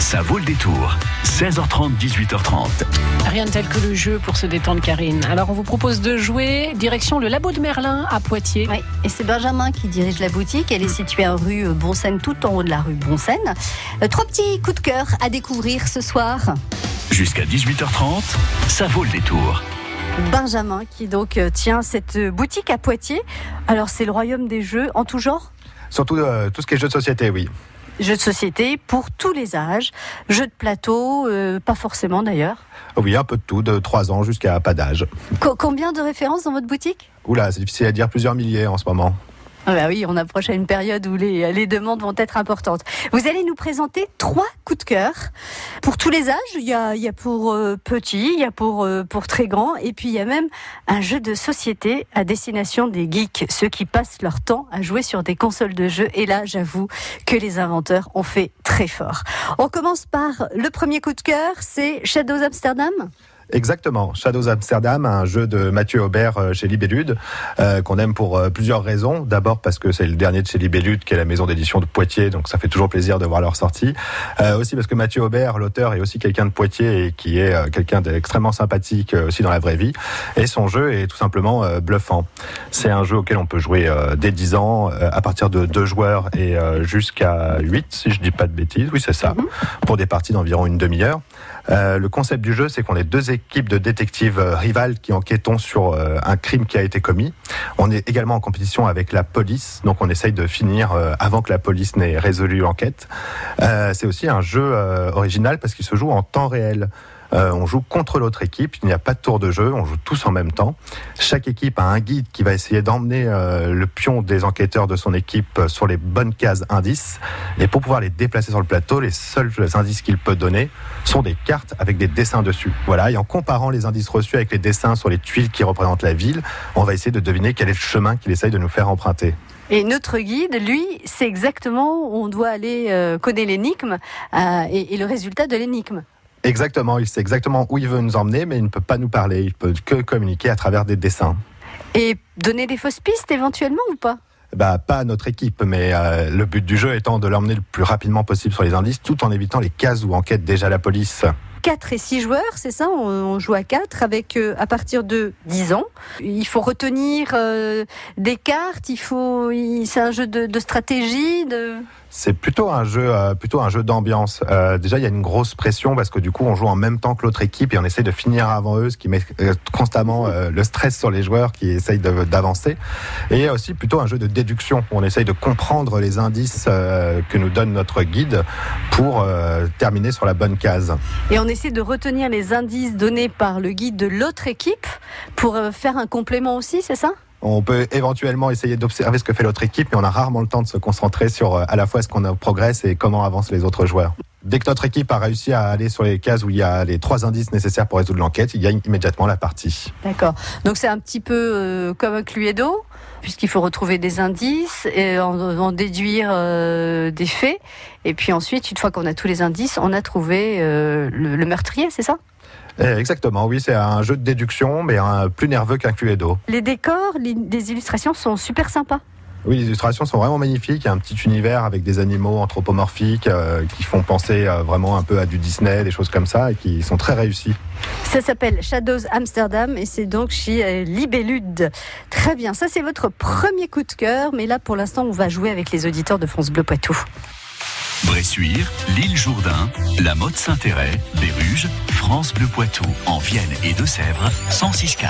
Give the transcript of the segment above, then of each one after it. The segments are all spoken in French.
Ça vaut le détour. 16h30, 18h30. Rien de tel que le jeu pour se détendre, Karine. Alors, on vous propose de jouer direction le Labo de Merlin à Poitiers. Oui, et c'est Benjamin qui dirige la boutique. Elle est située à rue Bonseine, tout en haut de la rue Bonseine. 3 petits coups de cœur à découvrir ce soir. Jusqu'à 18h30, ça vaut le détour. Benjamin qui donc tient cette boutique à Poitiers. Alors, c'est le royaume des jeux en tout genre ? Surtout tout ce qui est jeux de société, oui. Jeux de société pour tous les âges, jeux de plateau, pas forcément d'ailleurs. Oui, un peu de tout, de 3 ans jusqu'à pas d'âge. Combien de références dans votre boutique ? Oula, c'est difficile à dire, plusieurs milliers en ce moment. Ah bah oui, on approche à une période où les demandes vont être importantes. Vous allez nous présenter 3 coups de cœur pour tous les âges. Il y a pour petits, il y a pour très grands, et puis il y a même un jeu de société à destination des geeks, ceux qui passent leur temps à jouer sur des consoles de jeux. Et là, j'avoue que les inventeurs ont fait très fort. On commence par le premier coup de cœur, c'est Shadows Amsterdam. Exactement, Shadows Amsterdam, un jeu de Mathieu Aubert chez Libellude, qu'on aime pour plusieurs raisons. D'abord parce que c'est le dernier de chez Libellude, qui est la maison d'édition de Poitiers, donc ça fait toujours plaisir de voir leur sortie. Aussi parce que Mathieu Aubert, l'auteur, est aussi quelqu'un de Poitiers et qui est quelqu'un d'extrêmement sympathique aussi dans la vraie vie. Et son jeu est tout simplement bluffant. C'est un jeu auquel on peut jouer dès 10 ans, à partir de 2 joueurs et jusqu'à 8, si je dis pas de bêtises. Oui, c'est ça, pour des parties d'environ une demi-heure. Le concept du jeu, c'est qu'on est 2 équipes de détectives rivales qui enquêtons sur un crime qui a été commis. On est également en compétition avec la police, donc on essaye de finir avant que la police n'ait résolu l'enquête. C'est aussi un jeu original parce qu'il se joue en temps réel. On joue contre l'autre équipe, il n'y a pas de tour de jeu, on joue tous en même temps. Chaque équipe a un guide qui va essayer d'emmener le pion des enquêteurs de son équipe sur les bonnes cases indices. Et pour pouvoir les déplacer sur le plateau, les seuls indices qu'il peut donner sont des cartes avec des dessins dessus. Voilà, et en comparant les indices reçus avec les dessins sur les tuiles qui représentent la ville, on va essayer de deviner quel est le chemin qu'il essaye de nous faire emprunter. Et notre guide, lui, c'est exactement où on doit aller coder l'énigme et le résultat de l'énigme. Exactement, il sait exactement où il veut nous emmener, mais il ne peut pas nous parler, il peut que communiquer à travers des dessins. Et donner des fausses pistes éventuellement ou pas ? Pas à notre équipe, mais le but du jeu étant de l'emmener le plus rapidement possible sur les indices, tout en évitant les cases où enquête déjà la police. 4 et 6 joueurs, c'est ça ? On joue à 4 avec à partir de 10 ans. Il faut retenir des cartes, c'est un jeu de stratégie, C'est plutôt un jeu d'ambiance. Déjà, il y a une grosse pression parce que du coup, on joue en même temps que l'autre équipe et on essaie de finir avant eux, ce qui met constamment le stress sur les joueurs qui essayent d'avancer. Et il y a aussi plutôt un jeu de déduction où on essaye de comprendre les indices que nous donne notre guide pour terminer sur la bonne case. Et on essaie de retenir les indices donnés par le guide de l'autre équipe pour faire un complément aussi, c'est ça ? On peut éventuellement essayer d'observer ce que fait l'autre équipe, mais on a rarement le temps de se concentrer sur à la fois ce qu'on progresse et comment avancent les autres joueurs. Dès que notre équipe a réussi à aller sur les cases où il y a les 3 indices nécessaires pour résoudre l'enquête, il gagne immédiatement la partie. D'accord. Donc c'est un petit peu comme un Cluedo, puisqu'il faut retrouver des indices et en déduire des faits. Et puis ensuite, une fois qu'on a tous les indices, on a trouvé le meurtrier, c'est ça ? Exactement, oui, c'est un jeu de déduction, mais plus nerveux qu'un Cluedo. Les décors, les illustrations sont super sympas. Oui, les illustrations sont vraiment magnifiques. Il y a un petit univers avec des animaux anthropomorphiques qui font penser vraiment un peu à du Disney, des choses comme ça, et qui sont très réussis. Ça s'appelle Shadows Amsterdam et c'est donc chez Libellude. Très bien, ça c'est votre premier coup de cœur, mais là pour l'instant on va jouer avec les auditeurs de France Bleu Poitou. Bressuire, l'île Jourdain, la Motte Saint-Héret, Béruges, France Bleu Poitou, en Vienne et Deux-Sèvres, 106.4.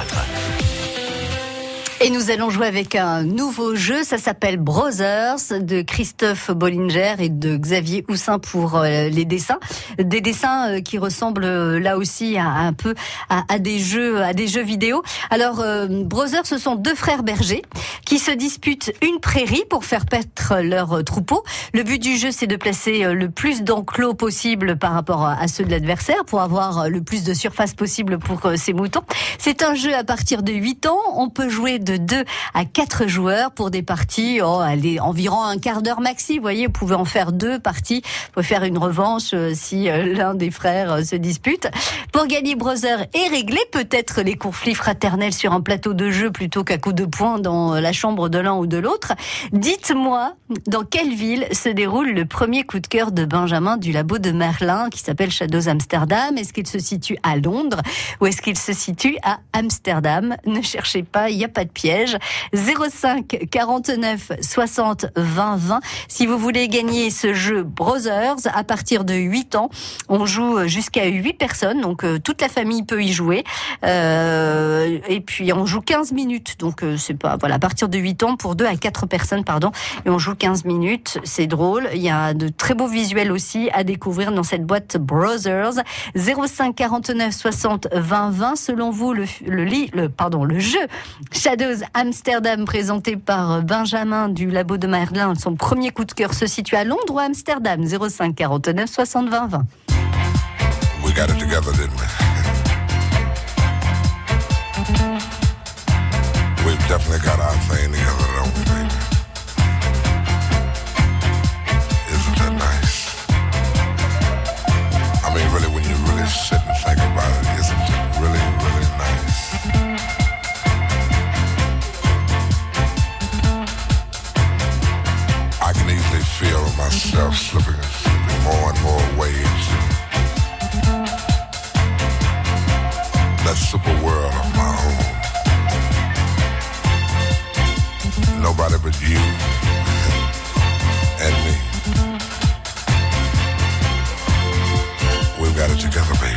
Et nous allons jouer avec un nouveau jeu, ça s'appelle Brothers, de Christophe Bollinger et de Xavier Houssin pour les dessins. Des dessins qui ressemblent là aussi un peu à des jeux vidéo. Alors, Brothers, ce sont 2 frères bergers qui se disputent une prairie pour faire paître leur troupeau. Le but du jeu, c'est de placer le plus d'enclos possible par rapport à ceux de l'adversaire pour avoir le plus de surface possible pour ces moutons. C'est un jeu à partir de 8 ans. On peut jouer de de 2 à 4 joueurs pour des parties, environ un quart d'heure maxi. Vous voyez, vous pouvez en faire 2 parties. Vous pouvez faire une revanche si l'un des frères se dispute. Pour gagner Brother et régler peut-être les conflits fraternels sur un plateau de jeu plutôt qu'à coups de poing dans la chambre de l'un ou de l'autre, dites-moi dans quelle ville se déroule le premier coup de cœur de Benjamin du labo de Merlin qui s'appelle Shadows Amsterdam. Est-ce qu'il se situe à Londres ou est-ce qu'il se situe à Amsterdam? Ne cherchez pas, il n'y a pas de piège. 05 49 60 20 20. Si vous voulez gagner ce jeu Brothers, à partir de 8 ans, on joue jusqu'à 8 personnes, donc toute la famille peut y jouer. Et puis on joue 15 minutes, donc c'est pas, voilà, à partir de 8 ans pour 2 à 4 personnes, pardon, et on joue 15 minutes, c'est drôle. Il y a de très beaux visuels aussi à découvrir dans cette boîte Brothers. 05 49 60 20 20. Selon vous, le jeu Shadows Amsterdam présenté par Benjamin du labo de Merlin, son premier coup de cœur se situe à Londres ou à Amsterdam? 05 49 60 20 20. We got it together, didn't we? We've definitely got our thing together, don't we, baby? Isn't that nice? I mean, really, when you really sit and think about it, isn't it really, really nice? I can easily feel myself slipping more and more away into that super world of my own. Nobody but you and me. We've got it together, baby.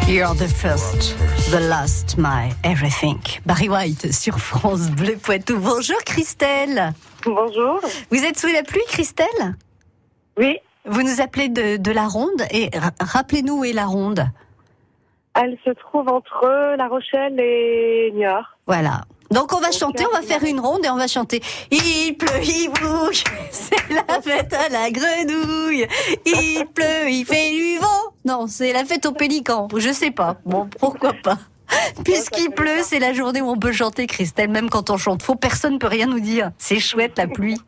You're the first, the last, my everything. Barry White sur France Bleu Poitou. Bonjour Christelle. Bonjour. Vous êtes sous la pluie, Christelle ? Oui, Vous nous appelez de la Ronde et rappelez-nous où est la Ronde. elle se trouve entre La Rochelle et Niort. Voilà. Donc on va chanter, on va faire une ronde et on va chanter. Il pleut, il bouge, c'est la fête à la grenouille. Il pleut, il fait du vent. Non, c'est la fête au pélican. Je sais pas. Bon, pourquoi pas. Puisqu'il pleut, c'est la journée où on peut chanter, Christelle. Même quand on chante faux, personne ne peut rien nous dire. C'est chouette la pluie.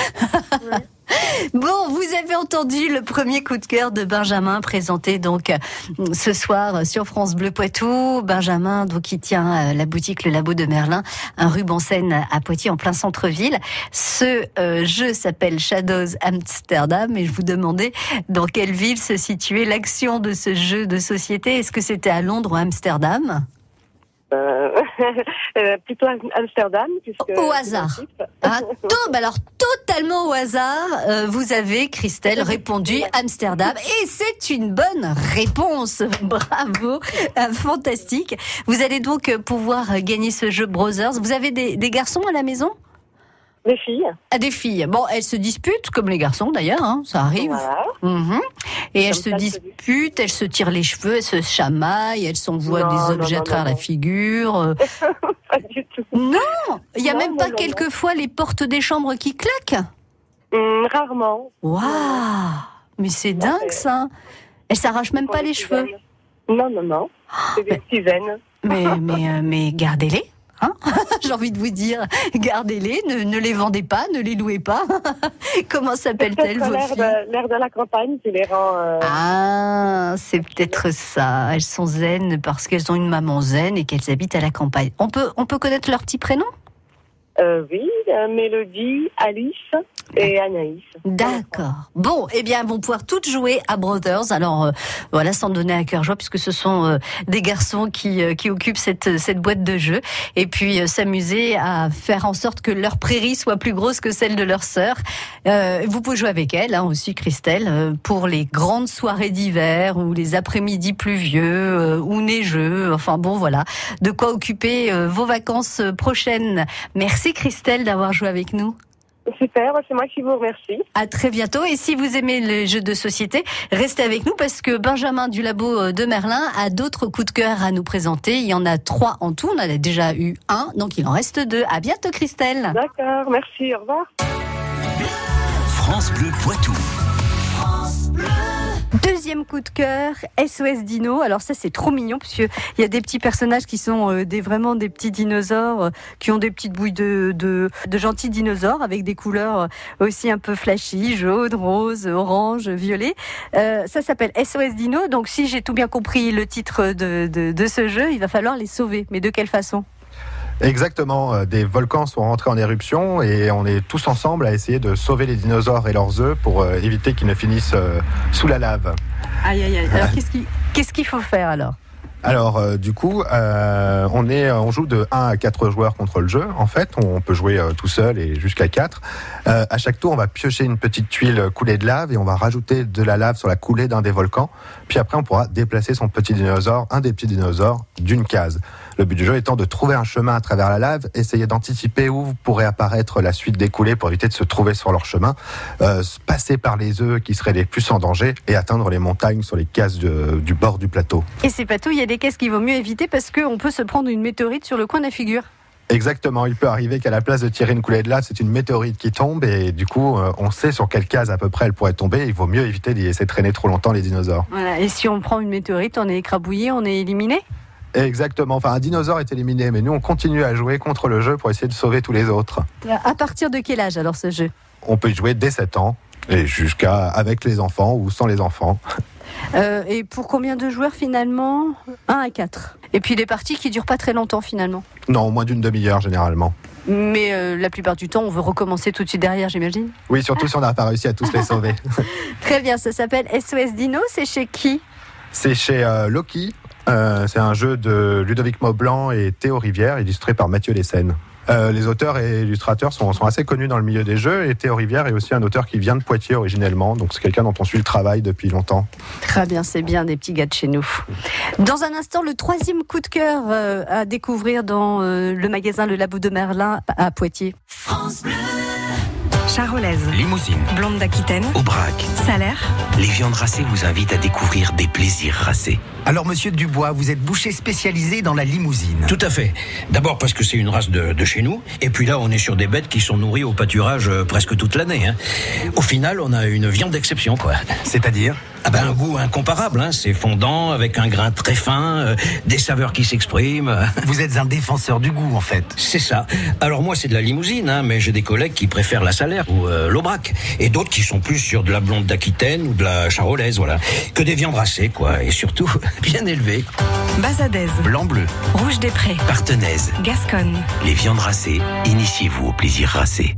Bon, vous avez entendu le premier coup de cœur de Benjamin présenté donc ce soir sur France Bleu Poitou. Benjamin, donc qui tient la boutique Le Labo de Merlin, un rue Bonseine à Poitiers en plein centre-ville. Ce jeu s'appelle Shadows Amsterdam et je vous demandais dans quelle ville se situait l'action de ce jeu de société. Est-ce que c'était à Londres ou à Amsterdam ? Plutôt Amsterdam. Au hasard. Alors totalement au hasard, vous avez, Christelle, répondu Amsterdam. Et c'est une bonne réponse. Bravo, fantastique. Vous allez donc pouvoir gagner ce jeu Brothers. Vous avez des garçons à la maison ? Des filles. Ah, des filles. Bon, elles se disputent, comme les garçons d'ailleurs, hein, ça arrive. Voilà. Et elles se disputent, elles se tirent les cheveux, elles se chamaillent, elles s'envoient des objets à travers la figure. Pas du tout. Non, il n'y a même pas non. quelquefois les portes des chambres qui claquent. Rarement. Waouh, mais c'est dingue ça. Elles s'arrachent même pas les cheveux. Non. C'est des petits veines. Mais gardez-les. Hein, j'ai envie de vous dire, gardez-les, ne les vendez pas, ne les louez pas. Comment s'appelle-t-elle, vos filles ? L'air de la campagne, c'est les rend... Ah, c'est peut-être ça. Elles sont zen parce qu'elles ont une maman zen et qu'elles habitent à la campagne. On peut connaître leur petit prénom ? Oui, Mélodie, Alice et Anaïs. D'accord. Bon, eh bien, elles vont pouvoir toutes jouer à Brothers. Alors, voilà, sans donner à cœur joie, puisque ce sont des garçons qui occupent cette boîte de jeu. Et puis, s'amuser à faire en sorte que leur prairie soit plus grosse que celle de leur sœur. Vous pouvez jouer avec elles, hein, aussi, Christelle, pour les grandes soirées d'hiver ou les après-midi pluvieux ou neigeux. Enfin, bon, voilà. De quoi occuper vos vacances prochaines. Merci, Christelle, d'avoir joué avec nous. Super, c'est moi qui vous remercie. À très bientôt. Et si vous aimez les jeux de société, restez avec nous parce que Benjamin du Labo de Merlin a d'autres coups de cœur à nous présenter. Il y en a 3 en tout. On en a déjà eu 1, donc il en reste 2. À bientôt, Christelle. D'accord, merci, au revoir. France Bleu Poitou. Deuxième coup de cœur, SOS Dino. Alors ça, c'est trop mignon parce qu'il y a des petits personnages qui sont vraiment des petits dinosaures qui ont des petites bouilles de gentils dinosaures avec des couleurs aussi un peu flashy, jaune, rose, orange, violet. Ça s'appelle SOS Dino. Donc si j'ai tout bien compris le titre de ce jeu, il va falloir les sauver. Mais de quelle façon ? Exactement, des volcans sont rentrés en éruption et on est tous ensemble à essayer de sauver les dinosaures et leurs œufs pour éviter qu'ils ne finissent sous la lave. Aïe, aïe, aïe. Alors qu'est-ce qu'il faut faire alors ? Alors du coup, on joue de 1 à 4 joueurs contre le jeu. En fait, on peut jouer tout seul et jusqu'à 4. À chaque tour, on va piocher une petite tuile coulée de lave et on va rajouter de la lave sur la coulée d'un des volcans. Puis après, on pourra déplacer un des petits dinosaures d'une case. Le but du jeu étant de trouver un chemin à travers la lave, essayer d'anticiper où pourrait apparaître la suite des coulées pour éviter de se trouver sur leur chemin, passer par les œufs qui seraient les plus en danger et atteindre les montagnes sur les cases du bord du plateau. Et c'est pas tout, il y a des cases qu'il vaut mieux éviter parce qu'on peut se prendre une météorite sur le coin de la figure. Exactement, il peut arriver qu'à la place de tirer une coulée de lave, c'est une météorite qui tombe et du coup, on sait sur quelle case à peu près elle pourrait tomber. Il vaut mieux éviter d'y laisser traîner trop longtemps les dinosaures. Voilà. Et si on prend une météorite, on est écrabouillé, on est éliminé ? Exactement, enfin un dinosaure est éliminé, mais nous on continue à jouer contre le jeu pour essayer de sauver tous les autres. À partir de quel âge alors ce jeu ? On peut y jouer dès 7 ans et jusqu'à avec les enfants ou sans les enfants. Et pour combien de joueurs finalement ? 1 à 4. Et puis des parties qui durent pas très longtemps finalement ? Non, moins d'une demi-heure généralement. Mais la plupart du temps, on veut recommencer tout de suite derrière, j'imagine ? Oui, surtout si on n'a pas réussi à tous les sauver. Très bien, ça s'appelle SOS Dino, c'est chez qui ? C'est chez Loki. C'est un jeu de Ludovic Maublanc et Théo Rivière, illustré par Mathieu Lessène. Les auteurs et illustrateurs sont assez connus dans le milieu des jeux, et Théo Rivière est aussi un auteur qui vient de Poitiers originellement, donc c'est quelqu'un dont on suit le travail depuis longtemps. Très bien, c'est bien des petits gars de chez nous. Dans un instant, le troisième coup de cœur à découvrir dans le magasin Le Labo de Merlin à Poitiers. France Bleu. Charolaise, Limousine, Blonde d'Aquitaine, Aubrac. Salaire. Les viandes racées vous invitent à découvrir des plaisirs racés. Alors, monsieur Dubois, vous êtes boucher spécialisé dans la limousine. Tout à fait. D'abord parce que c'est une race de chez nous. Et puis là, on est sur des bêtes qui sont nourries au pâturage presque toute l'année. Au final, on a une viande d'exception, quoi. C'est-à-dire ? Un goût incomparable. C'est fondant, avec un grain très fin, des saveurs qui s'expriment. Vous êtes un défenseur du goût, en fait. C'est ça. Alors moi, c'est de la limousine, mais j'ai des collègues qui préfèrent la Salaire ou l'Aubrac. Et d'autres qui sont plus sur de la blonde d'Aquitaine ou de la charolaise, voilà. Que des viandes racées, quoi. Et surtout, bien élevées. Bazadaise, Blanc-bleu, Rouge des Prés, Partenaise. Gasconne. Les viandes racées, initiez-vous au plaisir racé.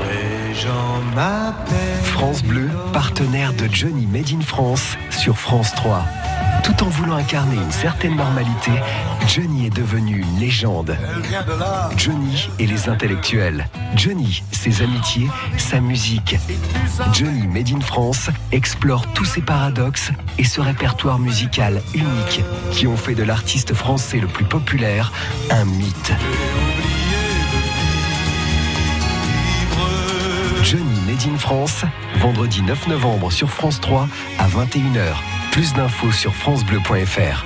France Bleu, partenaire de Johnny Made in France sur France 3. Tout en voulant incarner une certaine normalité, Johnny est devenu une légende. Johnny et les intellectuels. Johnny, ses amitiés, sa musique. Johnny Made in France explore tous ses paradoxes et ce répertoire musical unique qui ont fait de l'artiste français le plus populaire un mythe. Johnny Made in France, vendredi 9 novembre sur France 3 à 21h. Plus d'infos sur francebleu.fr.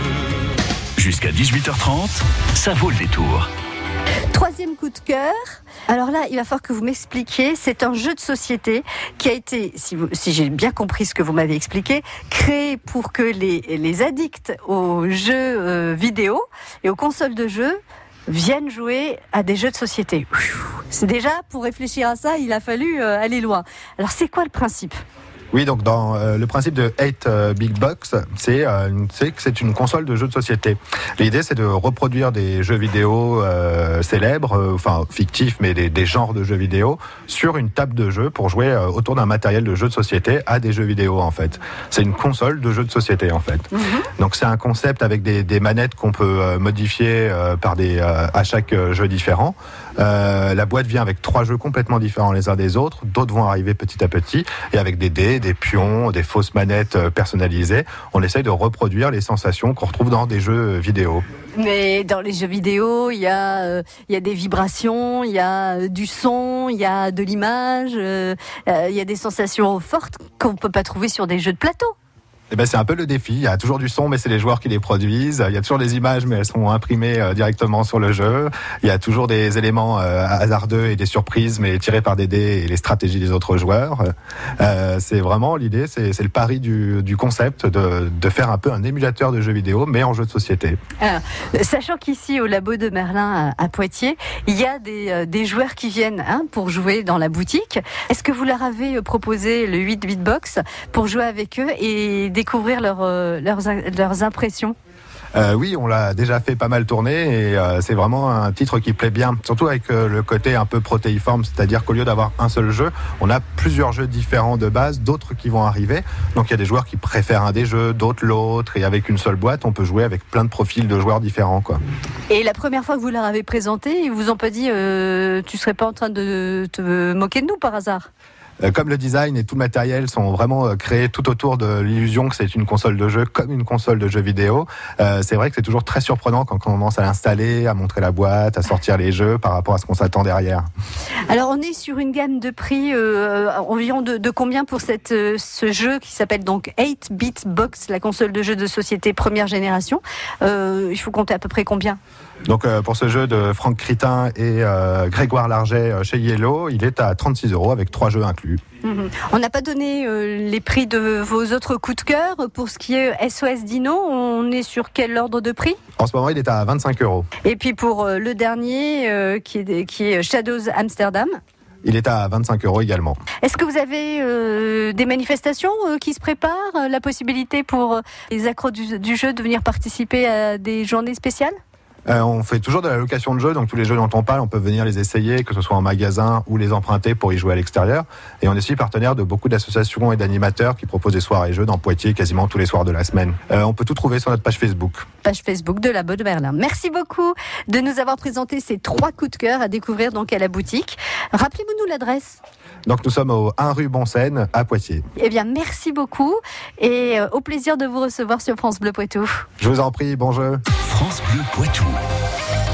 Jusqu'à 18h30, ça vaut le détour. Troisième coup de cœur. Alors là, il va falloir que vous m'expliquiez. C'est un jeu de société qui a été, si j'ai bien compris ce que vous m'avez expliqué, créé pour que les addicts aux jeux vidéo et aux consoles de jeux viennent jouer à des jeux de société. C'est déjà, pour réfléchir à ça, il a fallu aller loin. Alors, c'est quoi le principe ? Oui, donc dans le principe de 8 Big Box, c'est que c'est une console de jeux de société. L'idée, c'est de reproduire des jeux vidéo célèbres, enfin fictifs, mais des genres de jeux vidéo, sur une table de jeu pour jouer autour d'un matériel de jeu de société à des jeux vidéo, en fait. C'est une console de jeux de société, en fait. Donc c'est un concept avec des manettes qu'on peut modifier à chaque jeu différent. La boîte vient avec 3 jeux complètement différents les uns des autres. D'autres vont arriver petit à petit, et avec des dés, des pions, des fausses manettes personnalisées, on essaye de reproduire les sensations qu'on retrouve dans des jeux vidéo. Mais dans les jeux vidéo, il y a des vibrations, il y a du son, il y a de l'image, il y a des sensations fortes qu'on ne peut pas trouver sur des jeux de plateau. Eh ben, c'est un peu le défi. Il y a toujours du son, mais c'est les joueurs qui les produisent. Il y a toujours des images, mais elles sont imprimées directement sur le jeu. Il y a toujours des éléments hasardeux et des surprises, mais tirés par des dés et les stratégies des autres joueurs. C'est vraiment l'idée, c'est le pari du concept de faire un peu un émulateur de jeux vidéo, mais en jeu de société. Alors, sachant qu'ici, au Labo de Merlin à Poitiers, il y a des joueurs qui viennent pour jouer dans la boutique. Est-ce que vous leur avez proposé le 8 Beatbox pour jouer avec eux et découvrir leurs impressions? Oui, on l'a déjà fait pas mal tourner, et c'est vraiment un titre qui plaît bien, surtout avec le côté un peu protéiforme, c'est-à-dire qu'au lieu d'avoir un seul jeu, on a plusieurs jeux différents de base, d'autres qui vont arriver. Donc il y a des joueurs qui préfèrent un des jeux, d'autres l'autre, et avec une seule boîte, on peut jouer avec plein de profils de joueurs différents, quoi. Et la première fois que vous leur avez présenté, ils vous ont pas dit tu serais pas en train de te moquer de nous par hasard? Comme le design et tout le matériel sont vraiment créés tout autour de l'illusion que c'est une console de jeu comme une console de jeux vidéo, c'est vrai que c'est toujours très surprenant quand on commence à l'installer, à montrer la boîte, à sortir les jeux par rapport à ce qu'on s'attend derrière. Alors on est sur une gamme de prix environ de combien pour ce jeu qui s'appelle donc 8 Bit Box, la console de jeux de société première génération. Il faut compter à peu près combien? Donc pour ce jeu de Franck Critin et Grégoire Larget chez Yellow, il est à 36 € avec 3 jeux inclus. On n'a pas donné les prix de vos autres coups de cœur. Pour ce qui est SOS Dino, on est sur quel ordre de prix? En ce moment, il est à 25 €. Et puis pour le dernier, qui est Shadows Amsterdam, il est à 25 € également. Est-ce que vous avez des manifestations qui se préparent? La possibilité pour les accros du jeu de venir participer à des journées spéciales? On fait toujours de la location de jeux, donc tous les jeux dont on parle, on peut venir les essayer, que ce soit en magasin ou les emprunter pour y jouer à l'extérieur. Et on est aussi partenaire de beaucoup d'associations et d'animateurs qui proposent des soirées jeux dans Poitiers quasiment tous les soirs de la semaine. On peut tout trouver sur notre page Facebook. Page Facebook de la Baude Merlin. Merci beaucoup de nous avoir présenté ces 3 coups de cœur à découvrir donc à la boutique. Rappelez-vous l'adresse. Donc nous sommes au 1 rue Bonsaine à Poitiers. Eh bien merci beaucoup et au plaisir de vous recevoir sur France Bleu Poitou. Je vous en prie, bon jeu. France Bleu Poitou.